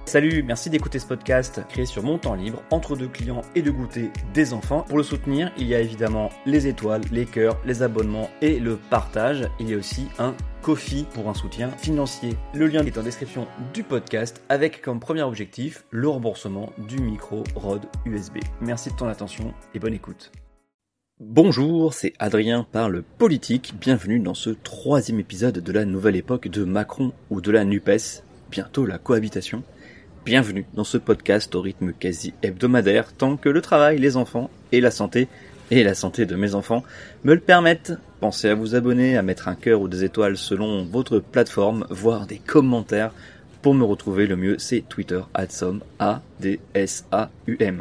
Salut, merci d'écouter ce podcast créé sur mon temps libre, entre deux clients et de goûter des enfants. Pour le soutenir, il y a évidemment les étoiles, les cœurs, les abonnements et le partage. Il y a aussi un Ko-fi pour un soutien financier. Le lien est en description du podcast avec comme premier objectif le remboursement du micro Rode USB. Merci de ton attention et bonne écoute. Bonjour, c'est Adrien parle politique. Bienvenue dans ce 3e épisode de la nouvelle époque de Macron ou de la NUPES, bientôt la cohabitation. Bienvenue dans ce podcast au rythme quasi hebdomadaire tant que le travail, les enfants et la santé de mes enfants me le permettent. Pensez à vous abonner, à mettre un cœur ou des étoiles selon votre plateforme, voire des commentaires. Pour me retrouver, le mieux c'est Twitter, @som, ADSAUM.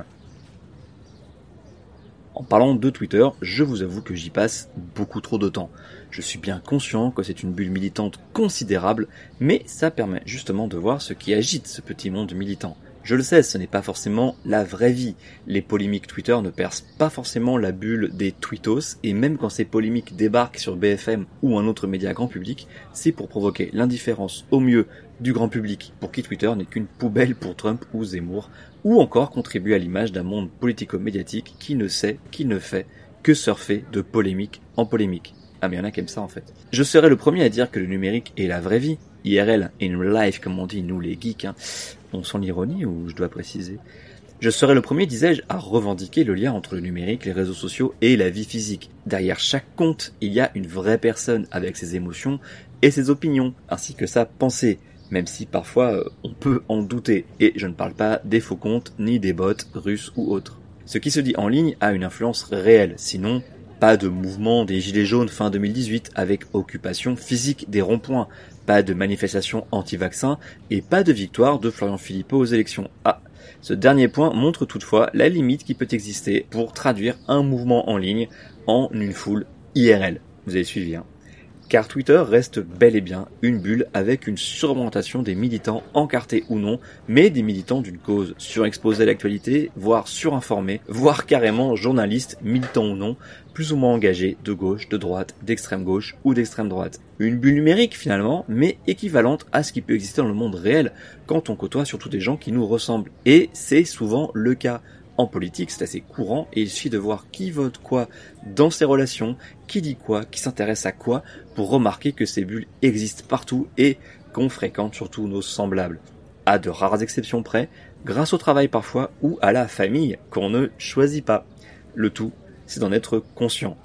En parlant de Twitter, je vous avoue que j'y passe beaucoup trop de temps. Je suis bien conscient que c'est une bulle militante considérable, mais ça permet justement de voir ce qui agite ce petit monde militant. Je le sais, ce n'est pas forcément la vraie vie. Les polémiques Twitter ne percent pas forcément la bulle des tweetos, et même quand ces polémiques débarquent sur BFM ou un autre média grand public, c'est pour provoquer l'indifférence au mieux du grand public, pour qui Twitter n'est qu'une poubelle pour Trump ou Zemmour, ou encore contribuer à l'image d'un monde politico-médiatique qui ne sait, qui ne fait que surfer de polémique en polémique. Ah mais il y en a qui aiment ça en fait. Je serai le premier à dire que le numérique est la vraie vie, IRL, in real life comme on dit nous les geeks, On sent l'ironie ou je dois préciser? Je serai le premier, disais-je, à revendiquer le lien entre le numérique, les réseaux sociaux et la vie physique. Derrière chaque compte, il y a une vraie personne avec ses émotions et ses opinions, ainsi que sa pensée. Même si parfois on peut en douter, et je ne parle pas des faux comptes ni des bots russes ou autres. Ce qui se dit en ligne a une influence réelle, sinon pas de mouvement des gilets jaunes fin 2018 avec occupation physique des ronds-points, pas de manifestation anti-vaccin et pas de victoire de Florian Philippot aux élections. Ah, ce dernier point montre toutefois la limite qui peut exister pour traduire un mouvement en ligne en une foule IRL. Vous avez suivi, Car Twitter reste bel et bien une bulle avec une surreprésentation des militants encartés ou non, mais des militants d'une cause surexposés à l'actualité, voire surinformés, voire carrément journalistes, militants ou non, plus ou moins engagés de gauche, de droite, d'extrême gauche ou d'extrême droite. Une bulle numérique finalement, mais équivalente à ce qui peut exister dans le monde réel quand on côtoie surtout des gens qui nous ressemblent. Et c'est souvent le cas. En politique, c'est assez courant et il suffit de voir qui vote quoi dans ses relations, qui dit quoi, qui s'intéresse à quoi, pour remarquer que ces bulles existent partout et qu'on fréquente surtout nos semblables. À de rares exceptions près, grâce au travail parfois ou à la famille qu'on ne choisit pas. Le tout, c'est d'en être conscient.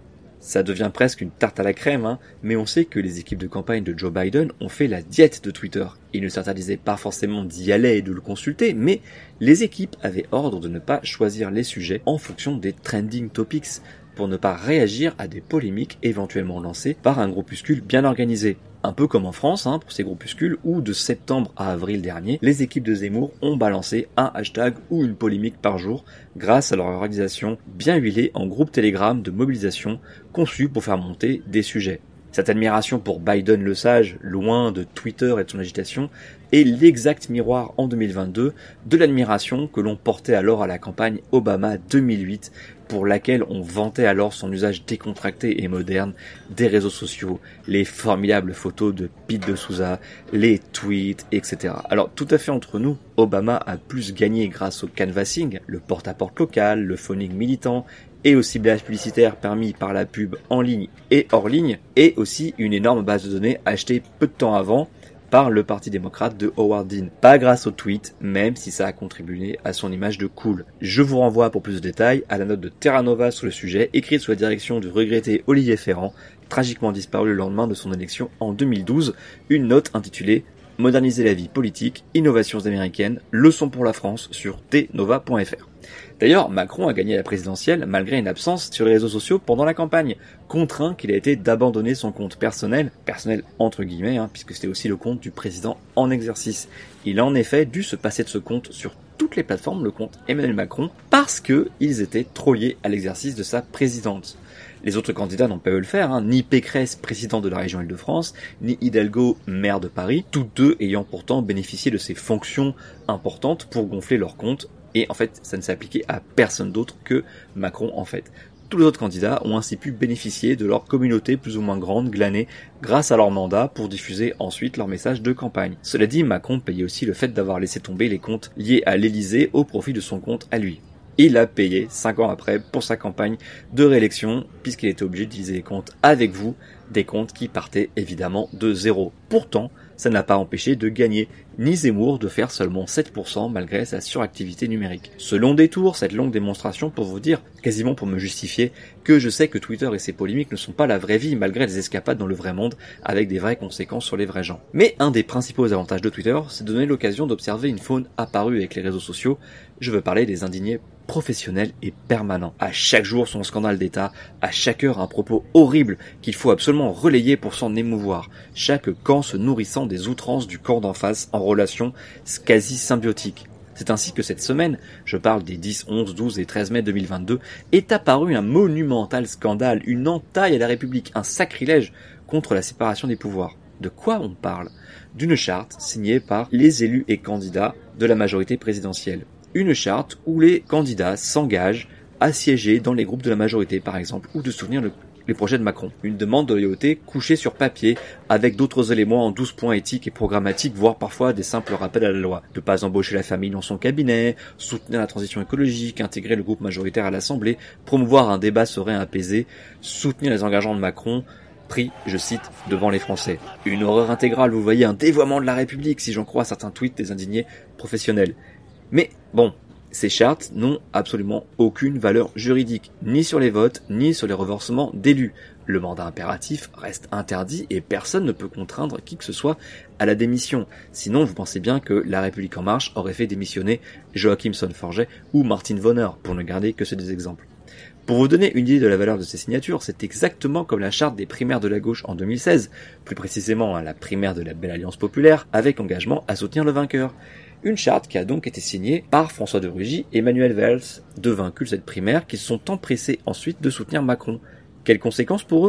Ça devient presque une tarte à la crème, mais on sait que les équipes de campagne de Joe Biden ont fait la diète de Twitter. Ils ne s'interdisaient pas forcément d'y aller et de le consulter, mais les équipes avaient ordre de ne pas choisir les sujets en fonction des trending topics, pour ne pas réagir à des polémiques éventuellement lancées par un groupuscule bien organisé. Un peu comme en France, pour ces groupuscules, où de septembre à avril dernier, les équipes de Zemmour ont balancé un hashtag ou une polémique par jour grâce à leur organisation bien huilée en groupe Telegram de mobilisation conçu pour faire monter des sujets. Cette admiration pour Biden le sage, loin de Twitter et de son agitation, est l'exact miroir en 2022 de l'admiration que l'on portait alors à la campagne Obama 2008, pour laquelle on vantait alors son usage décontracté et moderne des réseaux sociaux, les formidables photos de Pete de Souza, les tweets, etc. Alors tout à fait entre nous, Obama a plus gagné grâce au canvassing, le porte-à-porte local, le phoning militant, et au ciblage publicitaire permis par la pub en ligne et hors ligne, et aussi une énorme base de données achetée peu de temps avant par le Parti démocrate de Howard Dean. Pas grâce au tweet, même si ça a contribué à son image de cool. Je vous renvoie pour plus de détails à la note de Terra Nova sur le sujet, écrite sous la direction du regretté Olivier Ferrand, tragiquement disparu le lendemain de son élection en 2012, une note intitulée « Moderniser la vie politique, innovations américaines, leçons pour la France » sur tnova.fr. D'ailleurs, Macron a gagné la présidentielle malgré une absence sur les réseaux sociaux pendant la campagne, contraint qu'il a été d'abandonner son compte personnel entre guillemets, puisque c'était aussi le compte du président en exercice. Il a en effet dû se passer de ce compte sur toutes les plateformes, le compte Emmanuel Macron, parce que ils étaient trop liés à l'exercice de sa présidence. Les autres candidats n'ont pas pu le faire, ni Pécresse, président de la région Île-de-France, ni Hidalgo, maire de Paris, tous deux ayant pourtant bénéficié de ces fonctions importantes pour gonfler leur compte, et en fait ça ne s'est appliqué à personne d'autre que Macron en fait. Tous les autres candidats ont ainsi pu bénéficier de leur communauté plus ou moins grande glanée grâce à leur mandat pour diffuser ensuite leur message de campagne. Cela dit, Macron payait aussi le fait d'avoir laissé tomber les comptes liés à l'Élysée au profit de son compte à lui. Il a payé 5 ans après pour sa campagne de réélection puisqu'il était obligé d'utiliser les comptes avec vous, des comptes qui partaient évidemment de zéro. Pourtant, ça n'a pas empêché de gagner, ni Zemmour de faire seulement 7% malgré sa suractivité numérique. Ce long détour, cette longue démonstration pour vous dire, quasiment pour me justifier, que je sais que Twitter et ses polémiques ne sont pas la vraie vie malgré les escapades dans le vrai monde avec des vraies conséquences sur les vrais gens. Mais un des principaux avantages de Twitter, c'est de donner l'occasion d'observer une faune apparue avec les réseaux sociaux. Je veux parler des indignés professionnel et permanent. À chaque jour son scandale d'État, à chaque heure un propos horrible qu'il faut absolument relayer pour s'en émouvoir, chaque camp se nourrissant des outrances du camp d'en face en relation quasi symbiotique. C'est ainsi que cette semaine, je parle des 10, 11, 12 et 13 mai 2022, est apparu un monumental scandale, une entaille à la République, un sacrilège contre la séparation des pouvoirs. De quoi on parle ? D'une charte signée par les élus et candidats de la majorité présidentielle. Une charte où les candidats s'engagent à siéger dans les groupes de la majorité, par exemple, ou de soutenir les projets de Macron. Une demande de loyauté couchée sur papier, avec d'autres éléments en 12 points éthiques et programmatiques, voire parfois des simples rappels à la loi. Ne pas embaucher la famille dans son cabinet, soutenir la transition écologique, intégrer le groupe majoritaire à l'Assemblée, promouvoir un débat serein apaisé, soutenir les engagements de Macron, pris, je cite, devant les Français. Une horreur intégrale, vous voyez, un dévoiement de la République, si j'en crois certains tweets des indignés professionnels. Mais bon, ces chartes n'ont absolument aucune valeur juridique, ni sur les votes, ni sur les reversements d'élus. Le mandat impératif reste interdit et personne ne peut contraindre qui que ce soit à la démission. Sinon, vous pensez bien que La République En Marche aurait fait démissionner Joachim Son-Forget ou Martin Vonner, pour ne garder que ces deux exemples. Pour vous donner une idée de la valeur de ces signatures, c'est exactement comme la charte des primaires de la gauche en 2016, plus précisément la primaire de la Belle Alliance Populaire, avec engagement à soutenir le vainqueur. Une charte qui a donc été signée par François de Rugy et Manuel Valls, deux vaincus de cette primaire, qui se sont empressés ensuite de soutenir Macron. Quelles conséquences pour eux ?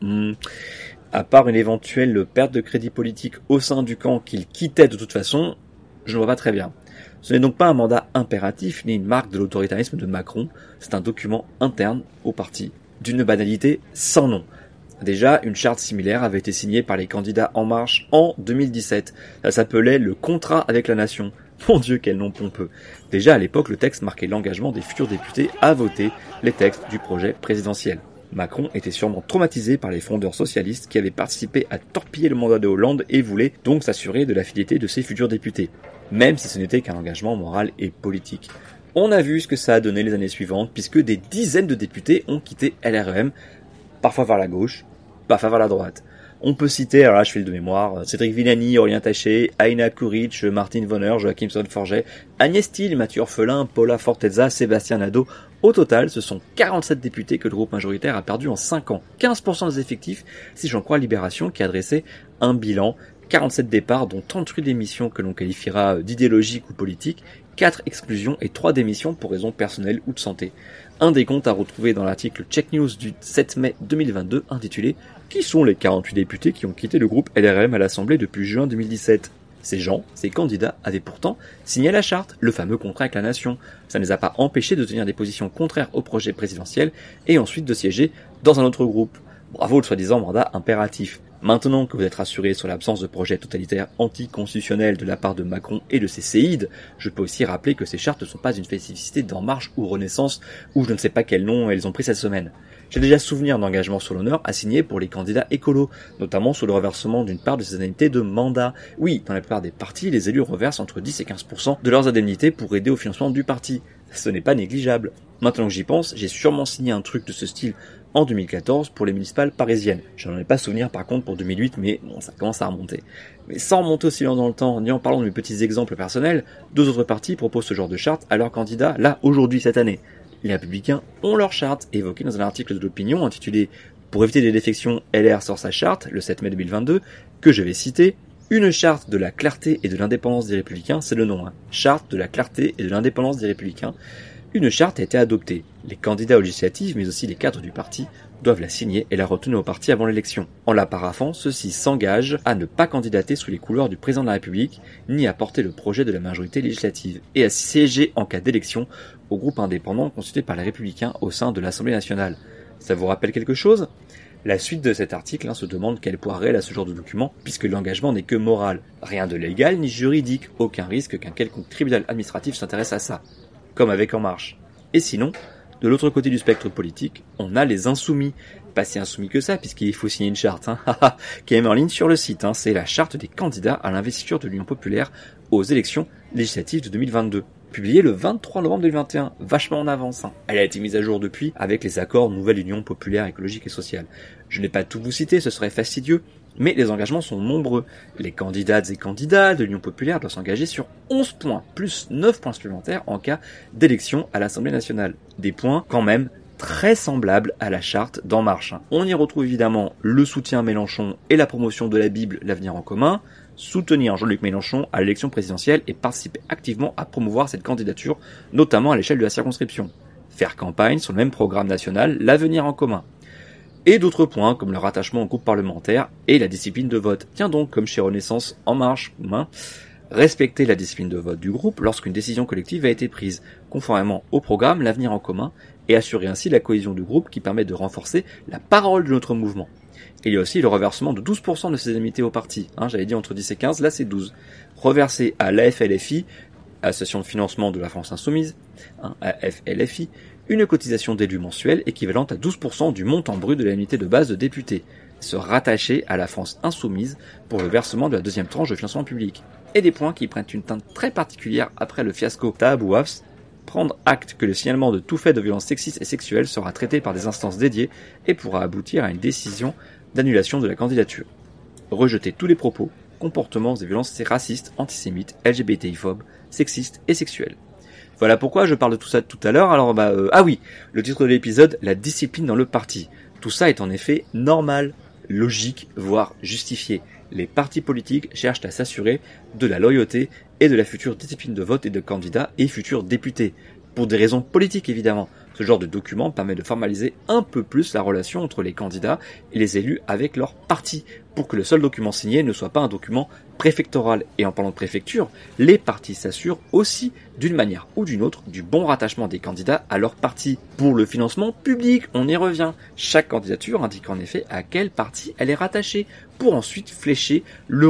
À part une éventuelle perte de crédit politique au sein du camp qu'ils quittaient de toute façon, je ne vois pas très bien. Ce n'est donc pas un mandat impératif ni une marque de l'autoritarisme de Macron, c'est un document interne au parti, d'une banalité sans nom. Déjà, une charte similaire avait été signée par les candidats En Marche en 2017. Ça s'appelait le contrat avec la nation. Mon Dieu, quel nom pompeux. Déjà, à l'époque, le texte marquait l'engagement des futurs députés à voter les textes du projet présidentiel. Macron était sûrement traumatisé par les frondeurs socialistes qui avaient participé à torpiller le mandat de Hollande et voulait donc s'assurer de la fidélité de ses futurs députés, même si ce n'était qu'un engagement moral et politique. On a vu ce que ça a donné les années suivantes, puisque des dizaines de députés ont quitté LREM, parfois vers la gauche, parfois vers la droite. On peut citer, alors là je fais le de mémoire, Cédric Villani, Aurélien Taché, Aina Courich, Martin Vonner, Joachim Son-Forget, Agnès Thiel, Mathieu Orphelin, Paula Forteza, Sébastien Nadeau. Au total, ce sont 47 députés que le groupe majoritaire a perdu en 5 ans. 15% des effectifs, si j'en crois Libération, qui a dressé un bilan. 47 départs, dont 38 démissions que l'on qualifiera d'idéologiques ou politiques, 4 exclusions et 3 démissions pour raisons personnelles ou de santé. Un des comptes à retrouver dans l'article Check News du 7 mai 2022 intitulé « Qui sont les 48 députés qui ont quitté le groupe LRM à l'Assemblée depuis juin 2017 ?» Ces gens, ces candidats, avaient pourtant signé la charte, le fameux contrat avec la nation. Ça ne les a pas empêchés de tenir des positions contraires au projet présidentiel et ensuite de siéger dans un autre groupe. Bravo le soi-disant mandat impératif. Maintenant que vous êtes rassurés sur l'absence de projet totalitaire anticonstitutionnel de la part de Macron et de ses séides, je peux aussi rappeler que ces chartes ne sont pas une spécificité d'En Marche ou Renaissance, ou je ne sais pas quel nom elles ont pris cette semaine. J'ai déjà souvenir d'engagements sur l'honneur assignés pour les candidats écolos, notamment sur le reversement d'une part de ces indemnités de mandat. Oui, dans la plupart des partis, les élus reversent entre 10 et 15% de leurs indemnités pour aider au financement du parti. Ce n'est pas négligeable. Maintenant que j'y pense, j'ai sûrement signé un truc de ce style en 2014 pour les municipales parisiennes. Je n'en ai pas souvenir par contre pour 2008, mais bon, ça commence à remonter. Mais sans remonter aussi loin dans le temps, ni en parlant de mes petits exemples personnels, deux autres partis proposent ce genre de charte à leurs candidats, là, aujourd'hui, cette année. Les Républicains ont leur charte, évoquée dans un article de l'Opinion intitulé « Pour éviter des défections, LR sort sa charte », le 7 mai 2022, que je vais citer. Une charte de la clarté et de l'indépendance des Républicains, c'est le nom, Charte de la clarté et de l'indépendance des Républicains. Une charte a été adoptée. Les candidats aux législatives, mais aussi les cadres du parti, doivent la signer et la retenir au parti avant l'élection. En la paraphant, ceux-ci s'engagent à ne pas candidater sous les couleurs du président de la République, ni à porter le projet de la majorité législative, et à siéger en cas d'élection au groupe indépendant constitué par les Républicains au sein de l'Assemblée nationale. Ça vous rappelle quelque chose ? La suite de cet article se demande quel poids réel a ce genre de document, puisque l'engagement n'est que moral. Rien de légal ni juridique, aucun risque qu'un quelconque tribunal administratif s'intéresse à ça. Comme avec En Marche. Et sinon, de l'autre côté du spectre politique, on a les insoumis. Pas si insoumis que ça, puisqu'il faut signer une charte, qui est mise en ligne sur le site. C'est la charte des candidats à l'investiture de l'Union populaire aux élections législatives de 2022. Publiée le 23 novembre 2021, vachement en avance. Elle a été mise à jour depuis avec les accords Nouvelle Union populaire, écologique et sociale. Je n'ai pas tout vous citer, ce serait fastidieux, mais les engagements sont nombreux. Les candidates et candidats de l'Union populaire doivent s'engager sur 11 points, plus 9 points supplémentaires en cas d'élection à l'Assemblée nationale. Des points quand même très semblables à la charte d'En Marche. On y retrouve évidemment le soutien à Mélenchon et la promotion de la Bible, l'avenir en commun, soutenir Jean-Luc Mélenchon à l'élection présidentielle et participer activement à promouvoir cette candidature, notamment à l'échelle de la circonscription. Faire campagne sur le même programme national, l'avenir en commun. Et d'autres points comme le rattachement au groupe parlementaire et la discipline de vote. Tiens donc, comme chez Renaissance, En Marche, respecter la discipline de vote du groupe lorsqu'une décision collective a été prise, conformément au programme l'avenir en commun, et assurer ainsi la cohésion du groupe qui permet de renforcer la parole de notre mouvement. Il y a aussi le reversement de 12% de ses indemnités au parti. J'avais dit entre 10 et 15, là c'est 12. Reversé à l'AFLFI, Association de financement de la France insoumise, AFLFI, une cotisation d'élu mensuelle équivalente à 12% du montant brut de l'indemnité de base de député, se rattacher à la France insoumise pour le versement de la deuxième tranche de financement public. Et des points qui prennent une teinte très particulière après le fiasco Tahabouafs, prendre acte que le signalement de tout fait de violence sexiste et sexuelle sera traité par des instances dédiées et pourra aboutir à une décision d'annulation de la candidature. Rejeter tous les propos, comportements et violences racistes, antisémites, LGBTI-phobes, sexistes et sexuels. Voilà pourquoi je parle de tout ça tout à l'heure. Alors ah oui, le titre de l'épisode, la discipline dans le parti. Tout ça est en effet normal, logique, voire justifié. Les partis politiques cherchent à s'assurer de la loyauté et de la future discipline de vote et de candidats et futurs députés. Pour des raisons politiques évidemment. Ce genre de document permet de formaliser un peu plus la relation entre les candidats et les élus avec leur parti, pour que le seul document signé ne soit pas un document préfectoral. Et en parlant de préfecture, les partis s'assurent aussi, d'une manière ou d'une autre, du bon rattachement des candidats à leur parti. Pour le financement public, on y revient. Chaque candidature indique en effet à quel parti elle est rattachée, pour ensuite flécher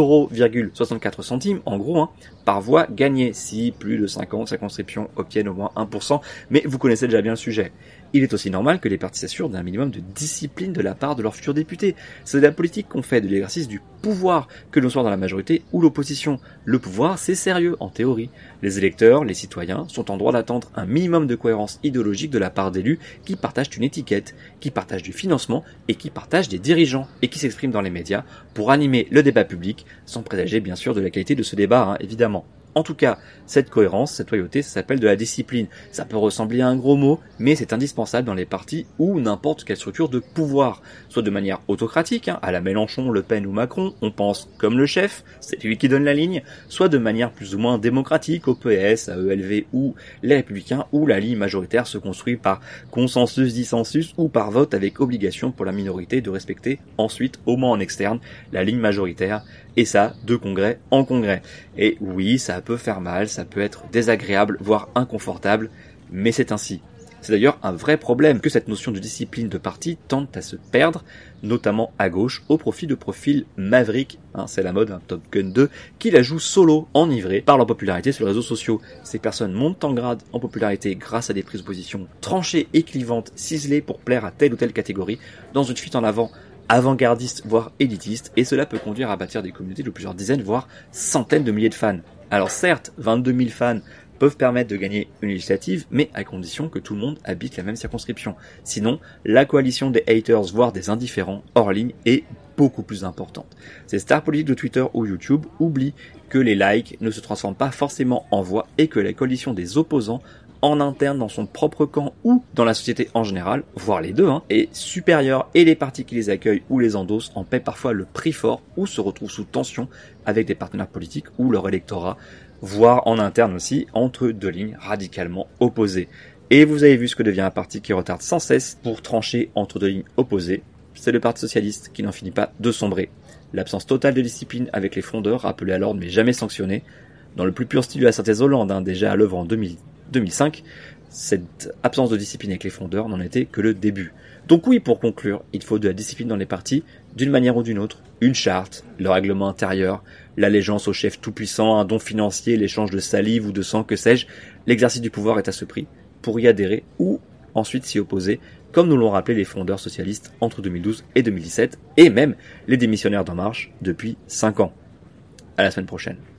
l'euro,64 en gros, par voie gagnée, si plus de 50 circonscriptions obtiennent au moins 1%, mais vous connaissez déjà bien le sujet. Il est aussi normal que les partis s'assurent d'un minimum de discipline de la part de leurs futurs députés. C'est de la politique qu'on fait, de l'exercice du pouvoir, que l'on soit dans la majorité ou l'opposition. Le pouvoir, c'est sérieux, en théorie. Les électeurs, les citoyens, sont en droit d'attendre un minimum de cohérence idéologique de la part d'élus qui partagent une étiquette, qui partagent du financement et qui partagent des dirigeants et qui s'expriment dans les médias pour animer le débat public, sans présager bien sûr de la qualité de ce débat, évidemment. En tout cas, cette cohérence, cette loyauté, ça s'appelle de la discipline. Ça peut ressembler à un gros mot, mais c'est indispensable dans les partis ou n'importe quelle structure de pouvoir. Soit de manière autocratique, à la Mélenchon, Le Pen ou Macron, on pense comme le chef, c'est lui qui donne la ligne, soit de manière plus ou moins démocratique, au PS, à ELV ou les Républicains, où la ligne majoritaire se construit par consensus, dissensus ou par vote avec obligation pour la minorité de respecter ensuite, au moins en externe, la ligne majoritaire. Et ça, de congrès en congrès. Et oui, ça peut faire mal, ça peut être désagréable, voire inconfortable, mais c'est ainsi. C'est d'ailleurs un vrai problème que cette notion de discipline de parti tente à se perdre, notamment à gauche, au profit de profils maverick, c'est la mode, Top Gun 2, qui la jouent solo, enivrés par leur popularité sur les réseaux sociaux. Ces personnes montent en grade en popularité grâce à des prises de position tranchées et clivantes, ciselées pour plaire à telle ou telle catégorie, dans une fuite en avant avant-gardiste, voire élitiste, et cela peut conduire à bâtir des communautés de plusieurs dizaines, voire centaines de milliers de fans. Alors certes, 22 000 fans peuvent permettre de gagner une législative, mais à condition que tout le monde habite la même circonscription. Sinon, la coalition des haters, voire des indifférents, hors ligne, est beaucoup plus importante. Ces stars politiques de Twitter ou YouTube oublient que les likes ne se transforment pas forcément en voix et que la coalition des opposants en interne dans son propre camp ou dans la société en général, voire les deux, est supérieure et les partis qui les accueillent ou les endossent en paient parfois le prix fort ou se retrouvent sous tension avec des partenaires politiques ou leur électorat, voire en interne aussi, entre deux lignes radicalement opposées. Et vous avez vu ce que devient un parti qui retarde sans cesse pour trancher entre deux lignes opposées. C'est le Parti Socialiste qui n'en finit pas de sombrer. L'absence totale de discipline avec les frondeurs rappelés à l'ordre mais jamais sanctionnés. Dans le plus pur style de la synthèse Hollande, déjà à l'œuvre en 2005, cette absence de discipline avec les fondeurs n'en était que le début. Donc oui, pour conclure, il faut de la discipline dans les partis, d'une manière ou d'une autre, une charte, le règlement intérieur, l'allégeance au chef tout-puissant, un don financier, l'échange de salive ou de sang, que sais-je, l'exercice du pouvoir est à ce prix, pour y adhérer ou ensuite s'y opposer, comme nous l'ont rappelé les fondeurs socialistes entre 2012 et 2017, et même les démissionnaires d'En Marche depuis 5 ans. À la semaine prochaine.